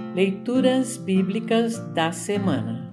Leituras Bíblicas da Semana.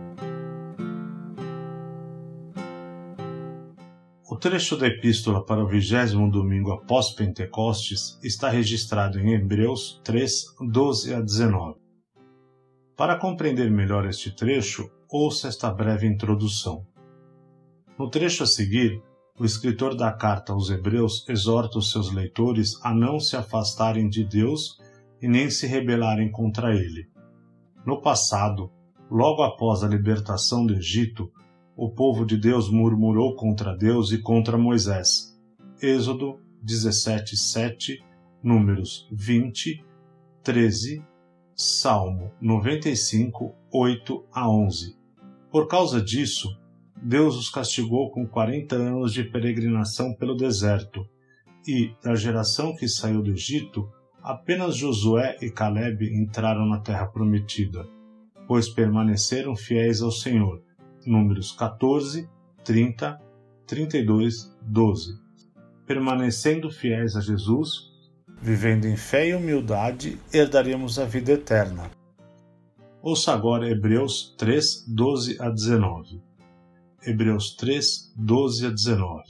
O trecho da Epístola para o 20º domingo após Pentecostes está registrado em Hebreus 3, 12 a 19. Para compreender melhor este trecho, ouça esta breve introdução. No trecho a seguir, o escritor da carta aos Hebreus exorta os seus leitores a não se afastarem de Deus e nem se rebelarem contra ele. No passado, logo após a libertação do Egito, o povo de Deus murmurou contra Deus e contra Moisés. Êxodo 17, 7, Números 20, 13, Salmo 95, 8 a 11. Por causa disso, Deus os castigou com 40 anos de peregrinação pelo deserto, e, da geração que saiu do Egito, apenas Josué e Caleb entraram na terra prometida, pois permaneceram fiéis ao Senhor. Números 14, 30, 32, 12. Permanecendo fiéis a Jesus, vivendo em fé e humildade, herdaremos a vida eterna. Ouça agora Hebreus 3, 12 a 19. Hebreus 3, 12 a 19.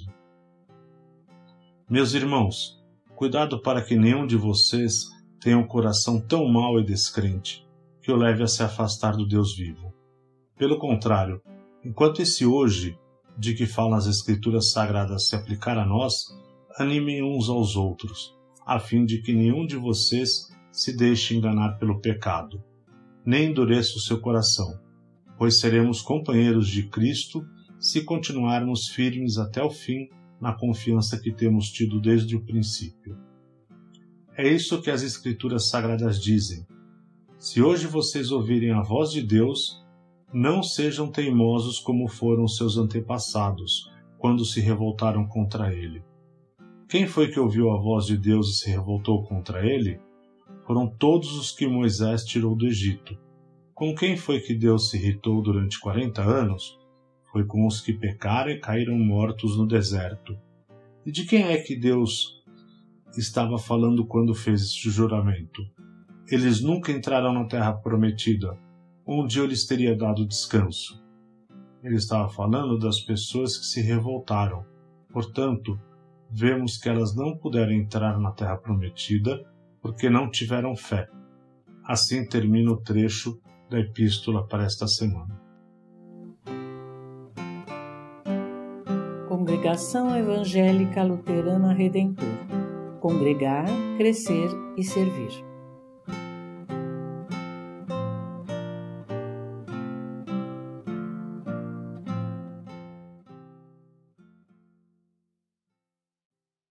Meus irmãos, cuidado para que nenhum de vocês tenha um coração tão mau e descrente, que o leve a se afastar do Deus vivo. Pelo contrário, enquanto esse hoje, de que falam as Escrituras Sagradas, se aplicar a nós, animem uns aos outros, a fim de que nenhum de vocês se deixe enganar pelo pecado, nem endureça o seu coração, pois seremos companheiros de Cristo se continuarmos firmes até o fim na confiança que temos tido desde o princípio. É isso que as Escrituras Sagradas dizem. Se hoje vocês ouvirem a voz de Deus, não sejam teimosos como foram seus antepassados, quando se revoltaram contra ele. Quem foi que ouviu a voz de Deus e se revoltou contra ele? Foram todos os que Moisés tirou do Egito. Com quem foi que Deus se irritou durante 40 anos? Foi com os que pecaram e caíram mortos no deserto. E de quem é que Deus estava falando quando fez este juramento? Eles nunca entrarão na terra prometida, onde eu lhes teria dado descanso. Ele estava falando das pessoas que se revoltaram. Portanto, vemos que elas não puderam entrar na terra prometida porque não tiveram fé. Assim termina o trecho da epístola para esta semana. Congregação Evangélica Luterana Redentor. Congregar, crescer e servir.